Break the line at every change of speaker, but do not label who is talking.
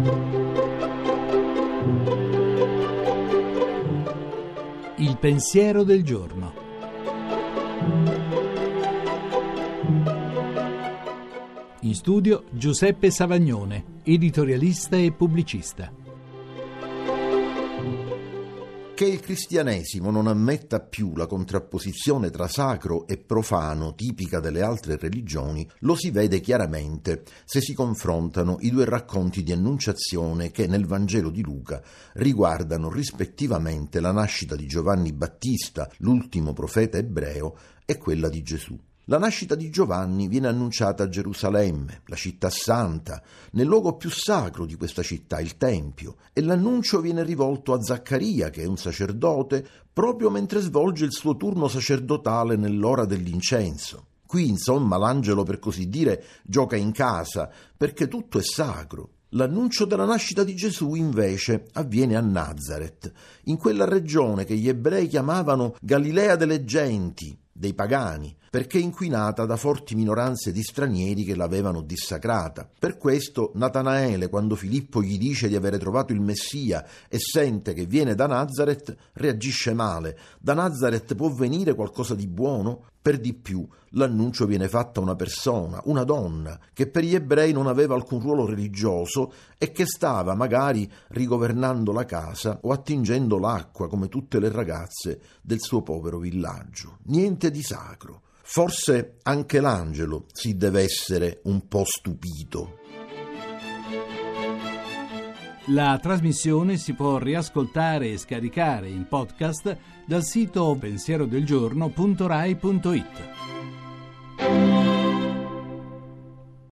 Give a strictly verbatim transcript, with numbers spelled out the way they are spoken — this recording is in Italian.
Il pensiero del giorno. In studio Giuseppe Savagnone, editorialista e pubblicista.
Che il cristianesimo non ammetta più la contrapposizione tra sacro e profano tipica delle altre religioni lo si vede chiaramente se si confrontano i due racconti di annunciazione che nel Vangelo di Luca riguardano rispettivamente la nascita di Giovanni Battista, l'ultimo profeta ebreo, e quella di Gesù. La nascita di Giovanni viene annunciata a Gerusalemme, la città santa, nel luogo più sacro di questa città, il Tempio, e l'annuncio viene rivolto a Zaccaria, che è un sacerdote, proprio mentre svolge il suo turno sacerdotale nell'ora dell'incenso. Qui, insomma, l'angelo, per così dire, gioca in casa, perché tutto è sacro. L'annuncio della nascita di Gesù, invece, avviene a Nazaret, in quella regione che gli ebrei chiamavano Galilea delle genti, dei pagani, perché inquinata da forti minoranze di stranieri che l'avevano dissacrata. Per questo Natanaele, quando Filippo gli dice di avere trovato il Messia e sente che viene da Nazaret, reagisce male. Da Nazaret può venire qualcosa di buono? Per di più, l'annuncio viene fatto a una persona, una donna, che per gli ebrei non aveva alcun ruolo religioso e che stava magari rigovernando la casa o attingendo l'acqua come tutte le ragazze del suo povero villaggio. Niente di sacro. Forse anche l'angelo si deve essere un po' stupito.
La trasmissione si può riascoltare e scaricare in podcast dal sito pensierodelgiorno punto rai punto it.